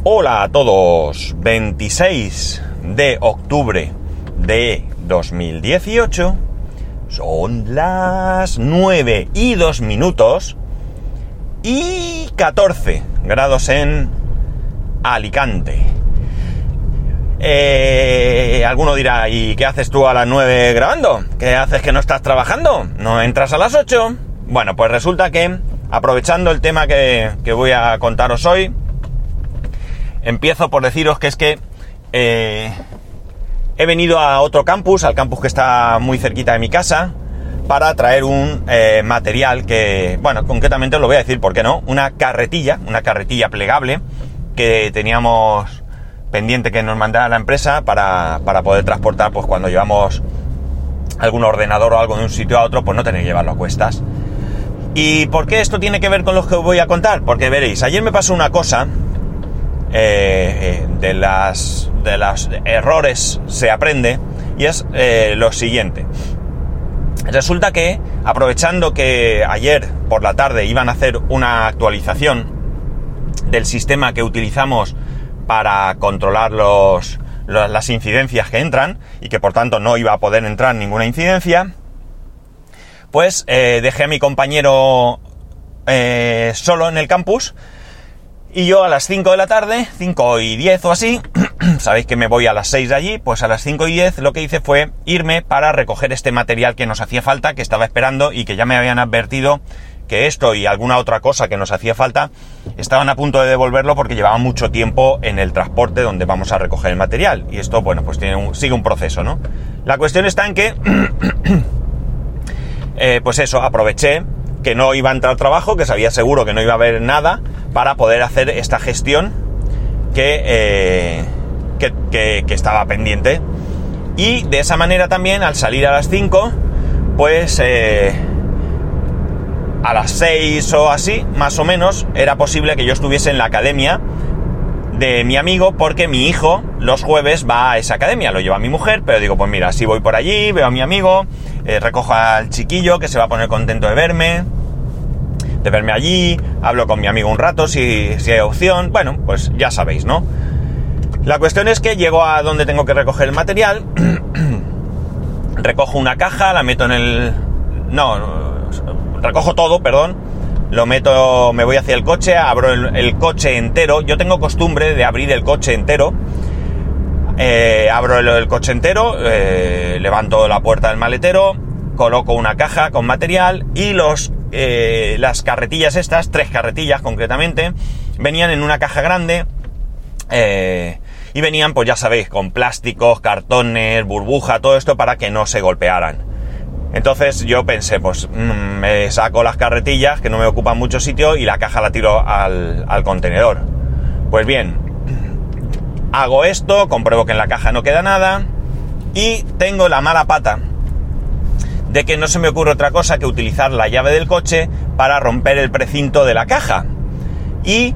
Hola a todos, 26 de octubre de 2018, son las 9:02 y 14 grados en Alicante. Alguno dirá, ¿y qué haces tú a las 9 grabando? ¿Qué haces que no estás trabajando? ¿No entras a las 8? Bueno, pues resulta que, aprovechando el tema que voy a contaros hoy, empiezo por deciros que es que he venido a otro campus, al campus que está muy cerquita de mi casa, para traer un material que, bueno, concretamente os lo voy a decir, ¿por qué no? Una carretilla plegable que teníamos pendiente que nos mandara la empresa para poder transportar, pues cuando llevamos algún ordenador o algo de un sitio a otro, pues no tener que llevarlo a cuestas. ¿Y por qué esto tiene que ver con lo que os voy a contar? Porque veréis, ayer me pasó una cosa. De los errores se aprende, y es lo siguiente. Resulta que, aprovechando que ayer por la tarde iban a hacer una actualización del sistema que utilizamos para controlar las incidencias que entran, y que por tanto no iba a poder entrar ninguna incidencia, pues dejé a mi compañero solo en el campus. Y yo a las 5 de la tarde, 5:10 o así, sabéis que me voy a las 6 de allí, pues a las 5:10 lo que hice fue irme para recoger este material que nos hacía falta, que estaba esperando y que ya me habían advertido que esto y alguna otra cosa que nos hacía falta estaban a punto de devolverlo porque llevaba mucho tiempo en el transporte donde vamos a recoger el material. Y esto, bueno, pues sigue un proceso, ¿no? La cuestión está en que, pues eso, aproveché que no iba a entrar trabajo, que sabía seguro que no iba a haber nada, para poder hacer esta gestión que estaba pendiente. Y de esa manera también, al salir a las 5, pues a las 6 o así, más o menos, era posible que yo estuviese en la academia de mi amigo, porque mi hijo los jueves va a esa academia, lo lleva mi mujer, pero digo, pues mira, si voy por allí, veo a mi amigo, recojo al chiquillo, que se va a poner contento de verme allí, hablo con mi amigo un rato, si hay opción, bueno, pues ya sabéis, ¿no? La cuestión es que llego a donde tengo que recoger el material, recojo una caja, la meto recojo todo, perdón, lo meto, me voy hacia el coche, abro el coche entero. Yo tengo costumbre de abrir el coche entero. Abro el coche entero, levanto la puerta del maletero, coloco una caja con material y las carretillas estas, 3 carretillas concretamente, venían en una caja grande y venían, pues ya sabéis, con plásticos, cartones, burbuja, todo esto para que no se golpearan. Entonces yo pensé, pues me saco las carretillas, que no me ocupan mucho sitio, y la caja la tiro al contenedor. Pues bien, hago esto, compruebo que en la caja no queda nada, y tengo la mala pata de que no se me ocurre otra cosa que utilizar la llave del coche para romper el precinto de la caja. Y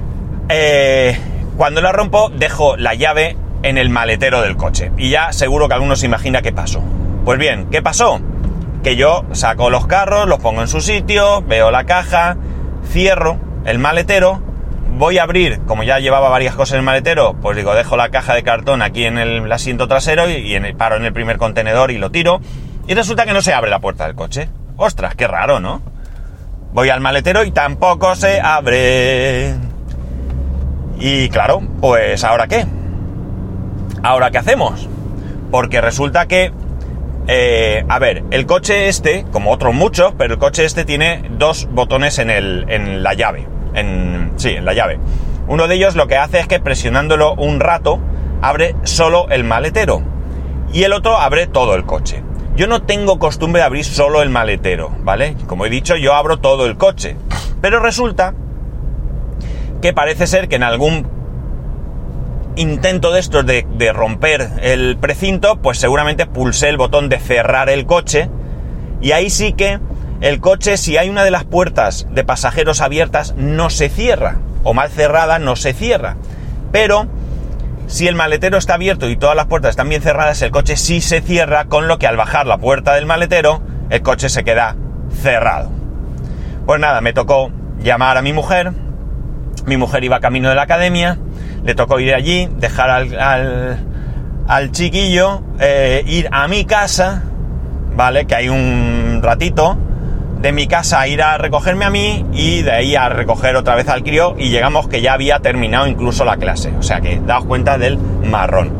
cuando la rompo, dejo la llave en el maletero del coche. Y ya seguro que alguno se imagina qué pasó. Pues bien, ¿qué pasó? Que yo saco los carros, los pongo en su sitio, veo la caja, cierro el maletero, voy a abrir, como ya llevaba varias cosas en el maletero, pues digo, dejo la caja de cartón aquí en el asiento trasero y paro en el primer contenedor y lo tiro, y resulta que no se abre la puerta del coche. ¡Ostras, qué raro!, ¿no? Voy al maletero y tampoco se abre. Y claro, pues ¿ahora qué? ¿Ahora qué hacemos? Porque resulta que a ver, el coche este, como otros muchos, pero el coche este tiene 2 botones en la llave. En la llave. Uno de ellos lo que hace es que presionándolo un rato abre solo el maletero y el otro abre todo el coche. Yo no tengo costumbre de abrir solo el maletero, ¿vale? Como he dicho, yo abro todo el coche. Pero resulta que parece ser que en algún intento de estos de romper el precinto, pues seguramente pulsé el botón de cerrar el coche, y ahí sí que el coche, si hay una de las puertas de pasajeros abiertas, no se cierra, o mal cerrada no se cierra. Pero si el maletero está abierto y todas las puertas están bien cerradas, el coche sí se cierra, con lo que al bajar la puerta del maletero, el coche se queda cerrado. Pues nada, me tocó llamar a mi mujer iba camino de la academia, le tocó ir allí, dejar al chiquillo, ir a mi casa, ¿vale? Que hay un ratito, de mi casa a ir a recogerme a mí y de ahí a recoger otra vez al crío, y llegamos que ya había terminado incluso la clase. O sea que daos cuenta del marrón.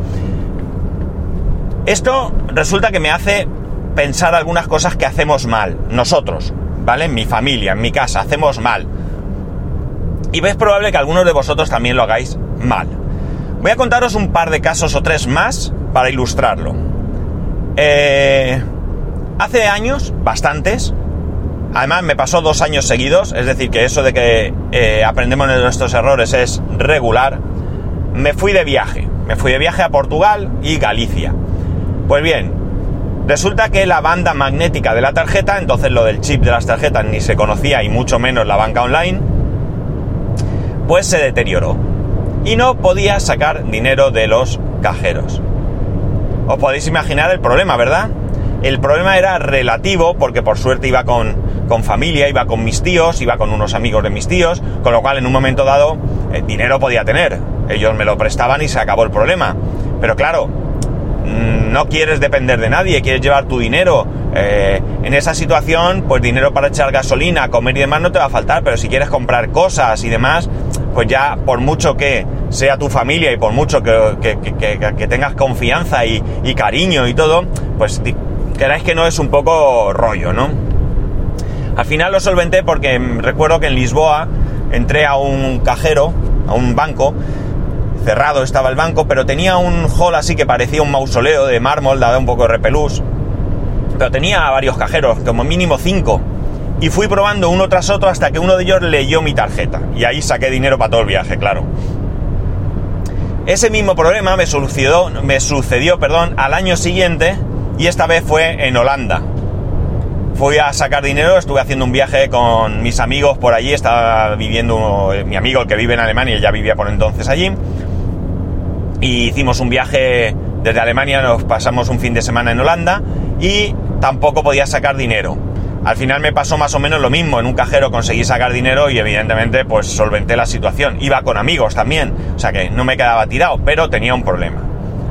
Esto resulta que me hace pensar algunas cosas que hacemos mal nosotros, ¿vale? En mi familia, en mi casa, hacemos mal. Y es probable que algunos de vosotros también lo hagáis mal. Voy a contaros un par de casos o tres más para ilustrarlo. Hace años, bastantes, además me pasó 2 años seguidos, es decir, que eso de que aprendemos de nuestros errores es regular. Me fui de viaje a Portugal y Galicia. Pues bien, resulta que la banda magnética de la tarjeta, entonces lo del chip de las tarjetas ni se conocía y mucho menos la banca online, pues se deterioró y no podía sacar dinero de los cajeros. Os podéis imaginar el problema, ¿verdad? El problema era relativo porque por suerte iba con familia, iba con mis tíos, iba con unos amigos de mis tíos, con lo cual en un momento dado dinero podía tener. Ellos me lo prestaban y se acabó el problema. Pero claro, no quieres depender de nadie, quieres llevar tu dinero. En esa situación, pues dinero para echar gasolina, comer y demás no te va a faltar, pero si quieres comprar cosas y demás, pues ya por mucho que sea tu familia y por mucho que tengas confianza y cariño y todo, pues queráis que no, es un poco rollo, ¿no? Al final lo solventé porque recuerdo que en Lisboa entré a un cajero, a un banco, cerrado estaba el banco, pero tenía un hall así que parecía un mausoleo de mármol, daba un poco de repelús, pero tenía varios cajeros, como mínimo 5, y fui probando uno tras otro hasta que uno de ellos leyó mi tarjeta, y ahí saqué dinero para todo el viaje, claro. Ese mismo problema me sucedió, al año siguiente, y esta vez fue en Holanda. Fui a sacar dinero, estuve haciendo un viaje con mis amigos por allí, estaba viviendo mi amigo, el que vive en Alemania, ya vivía por entonces allí, y hicimos un viaje desde Alemania, nos pasamos un fin de semana en Holanda, y tampoco podía sacar dinero. Al final me pasó más o menos lo mismo, en un cajero conseguí sacar dinero y evidentemente pues solventé la situación. Iba con amigos también, o sea que no me quedaba tirado, pero tenía un problema.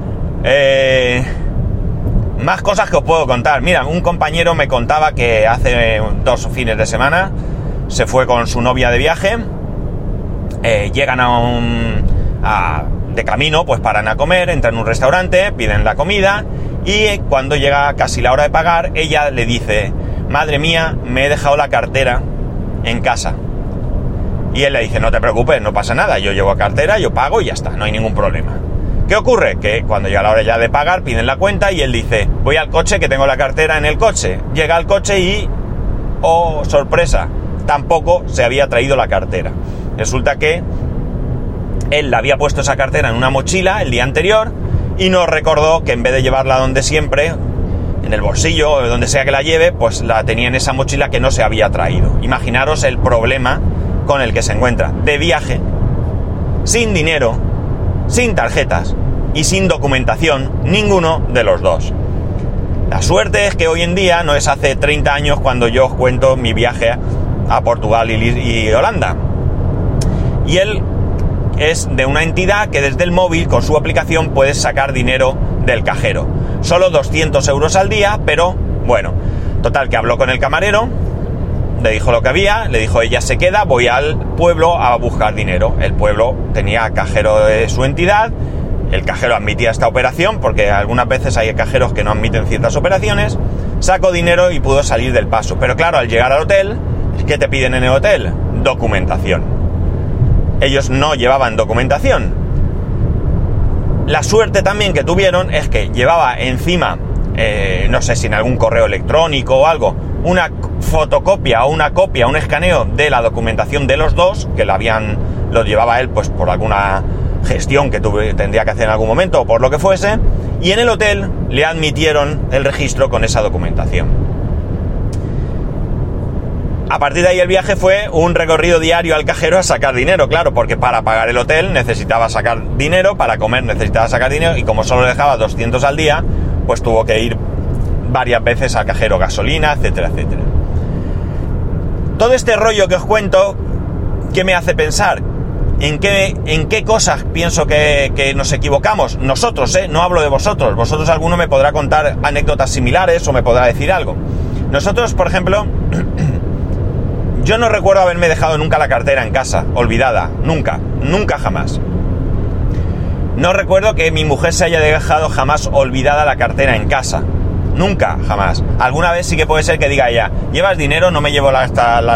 Más cosas que os puedo contar. Mira, un compañero me contaba que hace 2 fines de semana se fue con su novia de viaje, llegan de camino, pues paran a comer, entran en un restaurante, piden la comida y cuando llega casi la hora de pagar, ella le dice: madre mía, me he dejado la cartera en casa. Y él le dice: no te preocupes, no pasa nada, yo llevo cartera, yo pago y ya está, no hay ningún problema. ¿Qué ocurre? Que cuando llega la hora ya de pagar, piden la cuenta y él dice: voy al coche, que tengo la cartera en el coche. Llega al coche y, oh, sorpresa, tampoco se había traído la cartera. Resulta que él le había puesto esa cartera en una mochila el día anterior y no recordó que en vez de llevarla donde siempre, en el bolsillo o donde sea que la lleve, pues la tenía en esa mochila que no se había traído. Imaginaros el problema con el que se encuentra, de viaje, sin dinero, sin tarjetas y sin documentación, ninguno de los dos. La suerte es que hoy en día no es hace 30 años cuando yo os cuento mi viaje a Portugal y Holanda. Y él es de una entidad que desde el móvil, con su aplicación, puedes sacar dinero del cajero. Solo 200 euros al día, pero bueno, total, que habló con el camarero, le dijo lo que había, le dijo: ella se queda, voy al pueblo a buscar dinero. El pueblo tenía cajero de su entidad, el cajero admitía esta operación, porque algunas veces hay cajeros que no admiten ciertas operaciones. Sacó dinero y pudo salir del paso, pero claro, al llegar al hotel, ¿qué te piden en el hotel? Documentación. Ellos no llevaban documentación. La suerte también que tuvieron es que llevaba encima, no sé si en algún correo electrónico o algo, una fotocopia o una copia, un escaneo de la documentación de los dos, que lo llevaba él pues por alguna gestión que tendría que hacer en algún momento o por lo que fuese, y en el hotel le admitieron el registro con esa documentación. A partir de ahí el viaje fue un recorrido diario al cajero a sacar dinero, claro, porque para pagar el hotel necesitaba sacar dinero, para comer necesitaba sacar dinero, y como solo dejaba 200 al día, pues tuvo que ir varias veces al cajero, gasolina, etcétera, etcétera. Todo este rollo que os cuento, ¿qué me hace pensar? ¿En qué cosas pienso que nos equivocamos? Nosotros, no hablo de vosotros. Vosotros alguno me podrá contar anécdotas similares o me podrá decir algo. Nosotros, por ejemplo, yo no recuerdo haberme dejado nunca la cartera en casa, olvidada. Nunca jamás. No recuerdo que mi mujer se haya dejado jamás olvidada la cartera en casa. Nunca, jamás. Alguna vez sí que puede ser que diga ella, llevas dinero, no me llevo la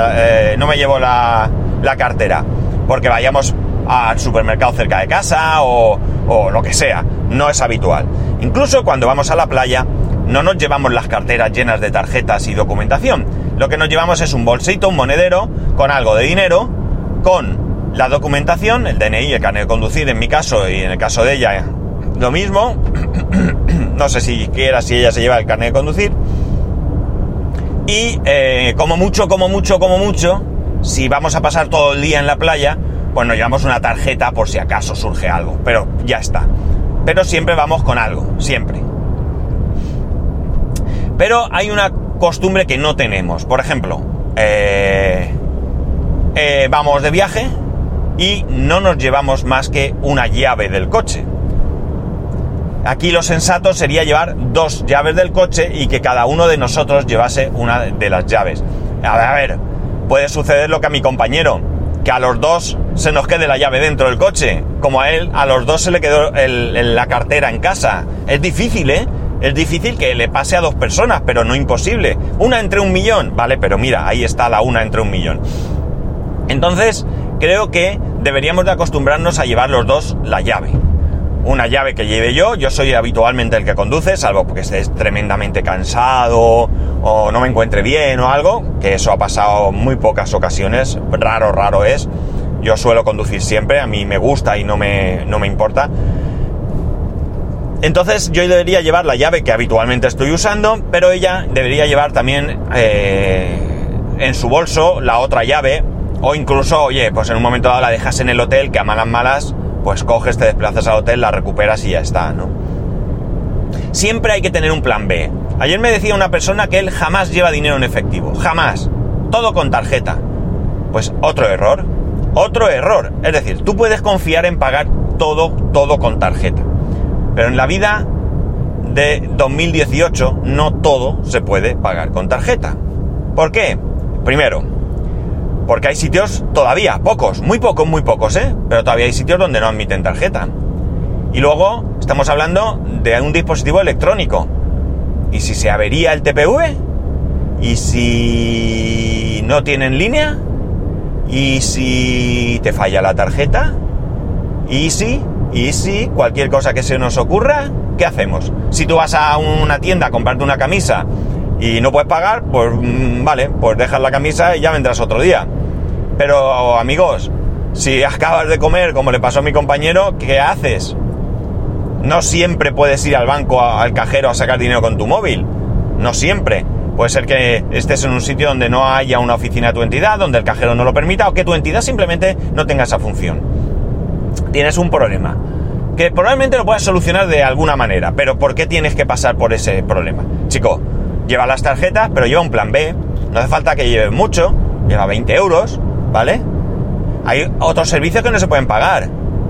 cartera. Porque vayamos al supermercado cerca de casa o lo que sea. No es habitual. Incluso cuando vamos a la playa, no nos llevamos las carteras llenas de tarjetas y documentación. Lo que nos llevamos es un bolsito, un monedero, con algo de dinero, con la documentación, el DNI, el carnet de conducir en mi caso y en el caso de ella, lo mismo. No sé si ella se lleva el carnet de conducir. Y como mucho, si vamos a pasar todo el día en la playa, pues nos llevamos una tarjeta por si acaso surge algo. Pero ya está. Pero siempre vamos con algo, siempre. Pero hay una costumbre que no tenemos. Por ejemplo, vamos de viaje y no nos llevamos más que una llave del coche. Aquí lo sensato sería llevar 2 llaves del coche y que cada uno de nosotros llevase una de las llaves. A ver, puede suceder lo que a mi compañero, que a los 2 se nos quede la llave dentro del coche, como a él, a los 2 se le quedó la cartera en casa. Es difícil, Es difícil que le pase a 2 personas, pero no imposible. Una entre 1.000.000, vale, pero mira, ahí está la una entre 1.000.000. Entonces, creo que deberíamos de acostumbrarnos a llevar los 2 la llave. Una llave que lleve yo soy habitualmente el que conduce, salvo porque estés tremendamente cansado o no me encuentre bien o algo, que eso ha pasado muy pocas ocasiones, raro es. Yo suelo conducir siempre, a mí me gusta y no me importa. Entonces yo debería llevar la llave que habitualmente estoy usando, pero ella debería llevar también en su bolso la otra llave, o incluso, oye, pues en un momento dado la dejas en el hotel, que a malas, pues coges, te desplazas al hotel, la recuperas y ya está, ¿no? Siempre hay que tener un plan B. Ayer me decía una persona que él jamás lleva dinero en efectivo, jamás, todo con tarjeta. Pues otro error. Es decir, tú puedes confiar en pagar todo con tarjeta. Pero en la vida de 2018 no todo se puede pagar con tarjeta. ¿Por qué? Primero, porque hay sitios todavía, muy pocos, pero todavía hay sitios donde no admiten tarjeta. Y luego estamos hablando de un dispositivo electrónico. ¿Y si se avería el TPV? ¿Y si no tienen línea? ¿Y si te falla la tarjeta? ¿Y si cualquier cosa que se nos ocurra, qué hacemos? Si tú vas a una tienda a comprarte una camisa y no puedes pagar, pues vale, pues dejas la camisa y ya vendrás otro día. Pero amigos, si acabas de comer, como le pasó a mi compañero, ¿qué haces? No siempre puedes ir al banco, al cajero, a sacar dinero con tu móvil. No siempre. Puede ser que estés en un sitio donde no haya una oficina de tu entidad, donde el cajero no lo permita, o que tu entidad simplemente no tenga esa función. Tienes un problema, que probablemente lo puedas solucionar de alguna manera, pero ¿por qué tienes que pasar por ese problema? Chico, lleva las tarjetas, pero lleva un plan B. No hace falta que lleves mucho, lleva 20 euros, ¿vale? Hay otros servicios que no se pueden pagar.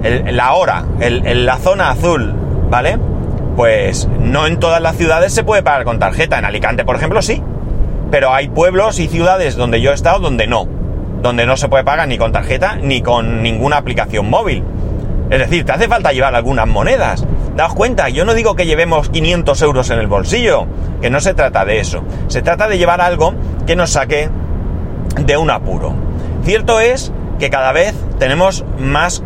La zona azul, ¿vale? Pues no en todas las ciudades se puede pagar con tarjeta. En Alicante, por ejemplo, sí. Pero hay pueblos y ciudades donde yo he estado donde no se puede pagar ni con tarjeta ni con ninguna aplicación móvil. Es decir, te hace falta llevar algunas monedas. Daos cuenta, yo no digo que llevemos 500 euros en el bolsillo, que no se trata de eso. Se trata de llevar algo que nos saque de un apuro. Cierto es que cada vez tenemos más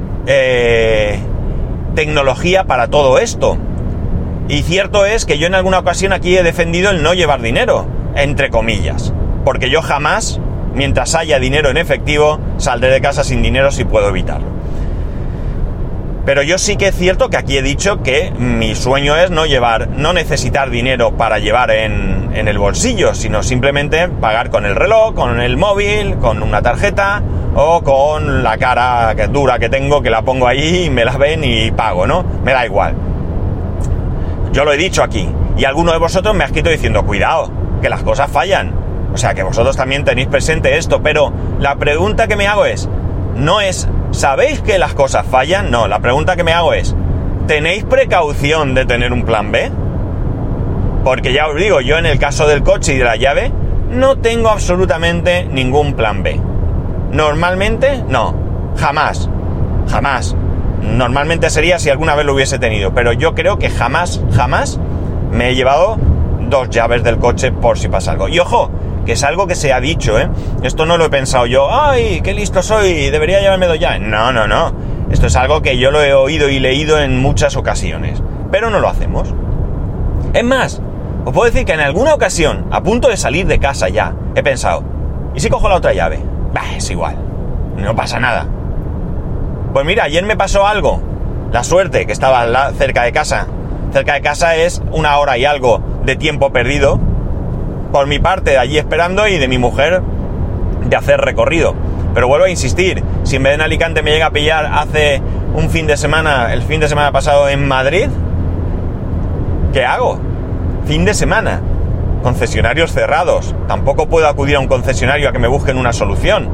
tecnología para todo esto. Y cierto es que yo en alguna ocasión aquí he defendido el no llevar dinero, entre comillas. Porque yo jamás, mientras haya dinero en efectivo, saldré de casa sin dinero si puedo evitarlo. Pero yo sí que es cierto que aquí he dicho que mi sueño es no necesitar dinero para llevar en el bolsillo, sino simplemente pagar con el reloj, con el móvil, con una tarjeta o con la cara dura que tengo, que la pongo ahí y me la ven y pago, ¿no? Me da igual. Yo lo he dicho aquí y alguno de vosotros me ha escrito diciendo cuidado, que las cosas fallan. O sea, que vosotros también tenéis presente esto, pero la pregunta que me hago es, no es ¿Sabéis que las cosas fallan? No, la pregunta que me hago es, ¿tenéis precaución de tener un plan B? Porque ya os digo, yo en el caso del coche y de la llave, no tengo absolutamente ningún plan B. Normalmente, no. Jamás. Normalmente sería si alguna vez lo hubiese tenido, pero yo creo que jamás me he llevado 2 llaves del coche por si pasa algo. Y ojo, que es algo que se ha dicho, ¿eh? Esto no lo he pensado yo, ¡ay, qué listo soy! Debería llevarme 2 llaves. No. Esto es algo que yo lo he oído y leído en muchas ocasiones, pero no lo hacemos. Es más, os puedo decir que en alguna ocasión, a punto de salir de casa ya, he pensado, ¿y si cojo la otra llave? Bah, es igual, no pasa nada. Pues mira, ayer me pasó algo. La suerte que estaba cerca de casa. Cerca de casa es 1 hora y algo de tiempo perdido por mi parte de allí esperando y de mi mujer de hacer recorrido. Pero vuelvo a insistir, si en vez de en Alicante me llega a pillar hace un fin de semana, el fin de semana pasado en Madrid, ¿qué hago? Fin de semana, concesionarios cerrados, tampoco puedo acudir a un concesionario a que me busquen una solución.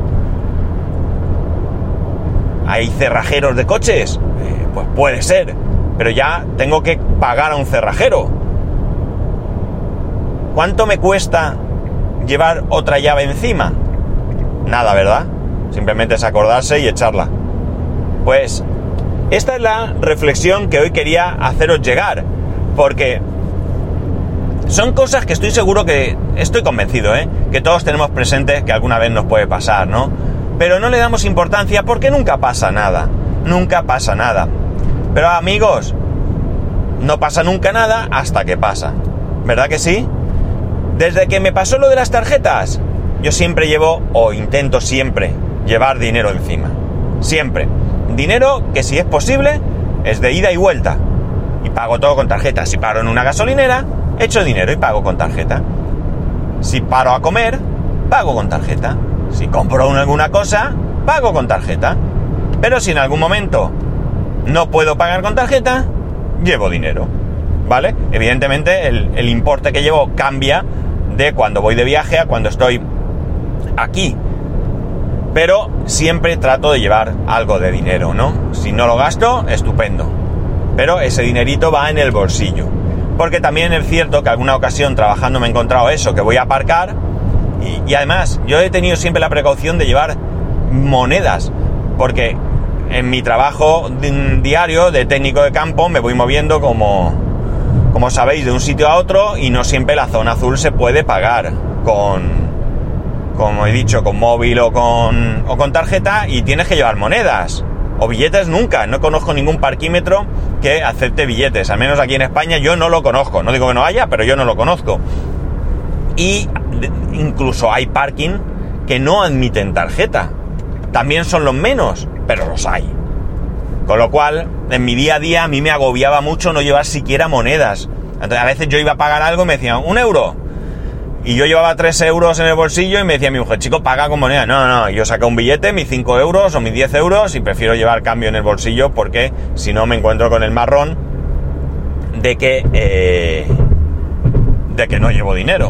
¿Hay cerrajeros de coches? Pues puede ser, pero ya tengo que pagar a un cerrajero. ¿Cuánto me cuesta llevar otra llave encima? Nada, ¿verdad? Simplemente es acordarse y echarla. Pues esta es la reflexión que hoy quería haceros llegar, porque son cosas que estoy seguro que, estoy convencido, que todos tenemos presentes que alguna vez nos puede pasar, ¿no? Pero no le damos importancia porque nunca pasa nada. Pero amigos, no pasa nunca nada hasta que pasa. ¿Verdad que sí? Desde que me pasó lo de las tarjetas, yo siempre llevo, o intento siempre, llevar dinero encima. Siempre. Dinero que, si es posible, es de ida y vuelta. Y pago todo con tarjeta. Si paro en una gasolinera, echo dinero y pago con tarjeta. Si paro a comer, pago con tarjeta. Si compro alguna cosa, pago con tarjeta. Pero si en algún momento no puedo pagar con tarjeta, llevo dinero, ¿vale? Evidentemente el importe que llevo cambia de cuando voy de viaje a cuando estoy aquí. Pero siempre trato de llevar algo de dinero, ¿no? Si no lo gasto, estupendo. Pero ese dinerito va en el bolsillo. Porque también es cierto que alguna ocasión trabajando me he encontrado eso, que voy a aparcar. Y además, yo he tenido siempre la precaución de llevar monedas, porque en mi trabajo diario de técnico de campo me voy moviendo, como sabéis, de un sitio a otro, y no siempre la zona azul se puede pagar como he dicho, con móvil o con tarjeta, y tienes que llevar monedas. O billetes nunca, no conozco ningún parquímetro que acepte billetes, al menos aquí en España yo no lo conozco, no digo que no haya, pero yo no lo conozco. Y incluso hay parking que no admiten tarjeta. También son los menos, pero los hay. Con lo cual, en mi día a día a mí me agobiaba mucho no llevar siquiera monedas. Entonces, a veces yo iba a pagar algo y me decían, 1 euro. Y yo llevaba 3 euros en el bolsillo y me decía mi mujer, chico, paga con moneda. No, yo saco un billete, mis 5 euros o mis 10 euros, y prefiero llevar cambio en el bolsillo porque si no me encuentro con el marrón de que no llevo dinero.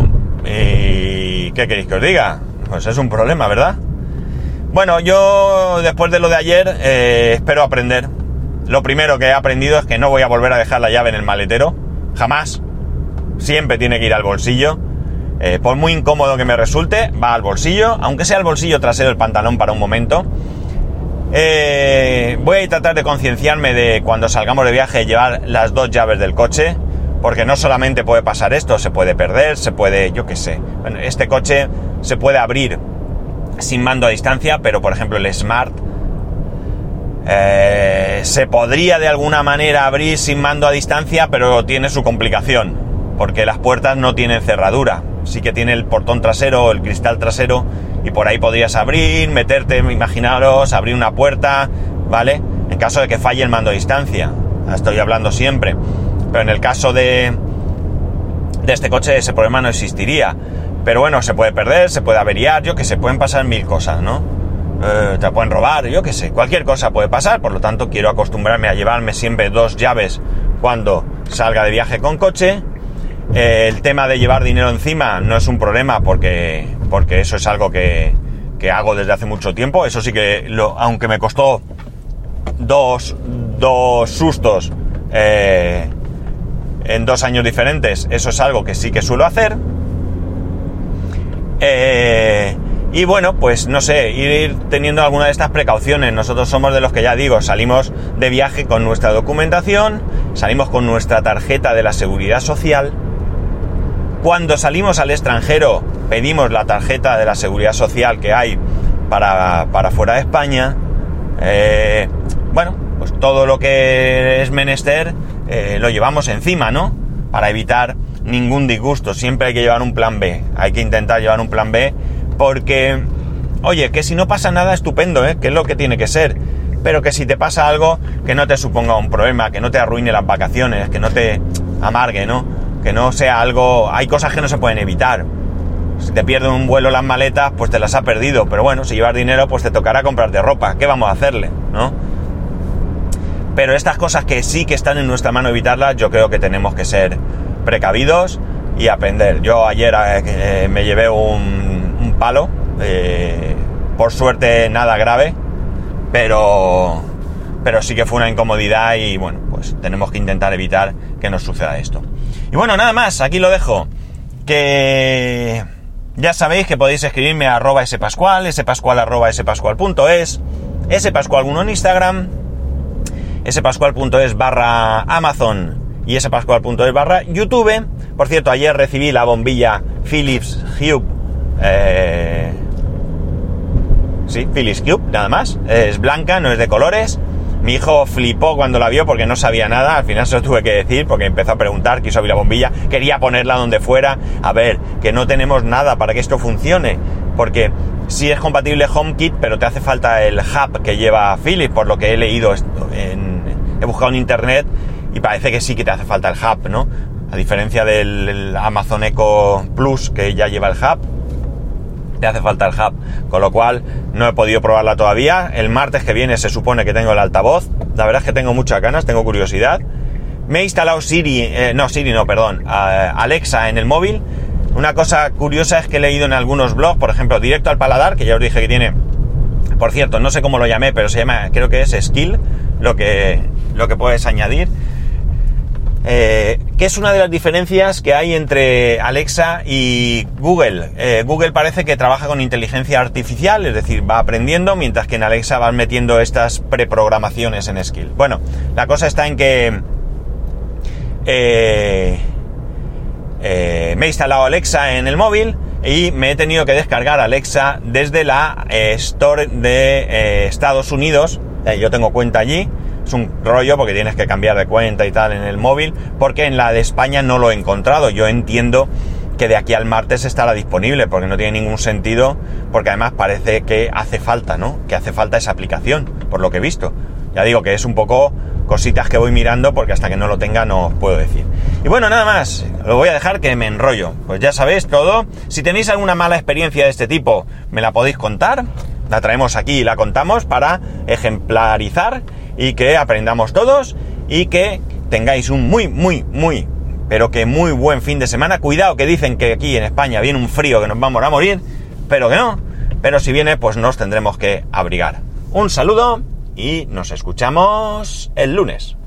¿Y qué queréis que os diga? Pues es un problema, ¿verdad? Bueno, yo después de lo de ayer espero aprender. Lo primero que he aprendido es que no voy a volver a dejar la llave en el maletero. Jamás. Siempre tiene que ir al bolsillo. Por muy incómodo que me resulte, va al bolsillo. Aunque sea el bolsillo trasero del pantalón para un momento. Voy a tratar de concienciarme de cuando salgamos de viaje llevar las 2 llaves del coche. Porque no solamente puede pasar esto, se puede perder, se puede, yo qué sé. Bueno, este coche se puede abrir sin mando a distancia, pero por ejemplo el Smart se podría de alguna manera abrir sin mando a distancia, pero tiene su complicación, porque las puertas no tienen cerradura. Sí que tiene el portón trasero, el cristal trasero, y por ahí podrías abrir, meterte, imaginaros, abrir una puerta, ¿vale? En caso de que falle el mando a distancia. Estoy hablando siempre. Pero en el caso de este coche ese problema no existiría. Pero bueno, se puede perder, se puede averiar, yo que sé, pueden pasar 1000 cosas, ¿no? Te pueden robar, yo que sé, cualquier cosa puede pasar. Por lo tanto, quiero acostumbrarme a llevarme siempre 2 llaves cuando salga de viaje con coche. El tema de llevar dinero encima no es un problema porque eso es algo que hago desde hace mucho tiempo. Eso sí que, aunque me costó dos sustos en 2 años diferentes, eso es algo que sí que suelo hacer. Y bueno, pues no sé, ir teniendo alguna de estas precauciones. Nosotros somos de los que, ya digo, salimos de viaje con nuestra documentación, salimos con nuestra tarjeta de la Seguridad Social. Cuando salimos al extranjero pedimos la tarjeta de la Seguridad Social que hay para fuera de España. Bueno, pues todo lo que es menester lo llevamos encima, ¿no? Para evitar ningún disgusto. Siempre hay que llevar un plan B. Hay que intentar llevar un plan B porque, oye, que si no pasa nada, estupendo, que es lo que tiene que ser. Pero que si te pasa algo, que no te suponga un problema, que no te arruine las vacaciones, que no te amargue, ¿no? Que no sea algo... Hay cosas que no se pueden evitar. Si te pierden un vuelo las maletas, pues te las ha perdido. Pero bueno, si llevas dinero, pues te tocará comprarte ropa. ¿Qué vamos a hacerle, no? Pero estas cosas que sí que están en nuestra mano evitarlas, yo creo que tenemos que ser precavidos y aprender. Yo ayer me llevé un palo, por suerte nada grave, pero sí que fue una incomodidad y bueno, pues tenemos que intentar evitar que nos suceda esto. Y bueno, nada más, aquí lo dejo. Que ya sabéis que podéis escribirme a @spascual, spascual@spascual.es, spascual1 en Instagram, spascual.es/Amazon y spascual.es/YouTube. Por cierto, ayer recibí la bombilla Philips Hue, Philips Hue, nada más. Es blanca, no es de colores. Mi hijo flipó cuando la vio porque no sabía nada. Al final se lo tuve que decir porque empezó a preguntar, quiso abrir la bombilla, quería ponerla donde fuera. A ver, que no tenemos nada para que esto funcione, porque sí es compatible HomeKit, pero te hace falta el hub que lleva Philips, por lo que he leído he buscado en internet y parece que sí que te hace falta el hub, ¿no? A diferencia del Amazon Echo Plus, que ya lleva el hub, te hace falta el hub, con lo cual no he podido probarla todavía. El martes que viene se supone que tengo el altavoz. La verdad es que tengo muchas ganas, tengo curiosidad. Me he instalado Alexa en el móvil. Una cosa curiosa es que he leído en algunos blogs, por ejemplo, Directo al Paladar, que ya os dije que tiene, por cierto, no sé cómo lo llamé, pero se llama, creo que es Skill, lo que puedes añadir. Que es una de las diferencias que hay entre Alexa y Google. Google parece que trabaja con inteligencia artificial, es decir, va aprendiendo, mientras que en Alexa van metiendo estas preprogramaciones en Skill. Bueno, la cosa está en que me he instalado Alexa en el móvil y me he tenido que descargar Alexa desde la Store de Estados Unidos. Yo tengo cuenta allí. Es un rollo porque tienes que cambiar de cuenta y tal en el móvil, porque en la de España no lo he encontrado. Yo entiendo que de aquí al martes estará disponible, porque no tiene ningún sentido, porque además parece que hace falta, ¿no? Que hace falta esa aplicación, por lo que he visto. Ya digo que es un poco cositas que voy mirando, porque hasta que no lo tenga no os puedo decir. Y bueno, nada más, lo voy a dejar que me enrollo. Pues ya sabéis todo. Si tenéis alguna mala experiencia de este tipo, me la podéis contar. La traemos aquí y la contamos para ejemplarizar y que aprendamos todos y que tengáis un pero que muy buen fin de semana. Cuidado, que dicen que aquí en España viene un frío que nos vamos a morir, pero que no. Pero si viene, pues nos tendremos que abrigar. Un saludo y nos escuchamos el lunes.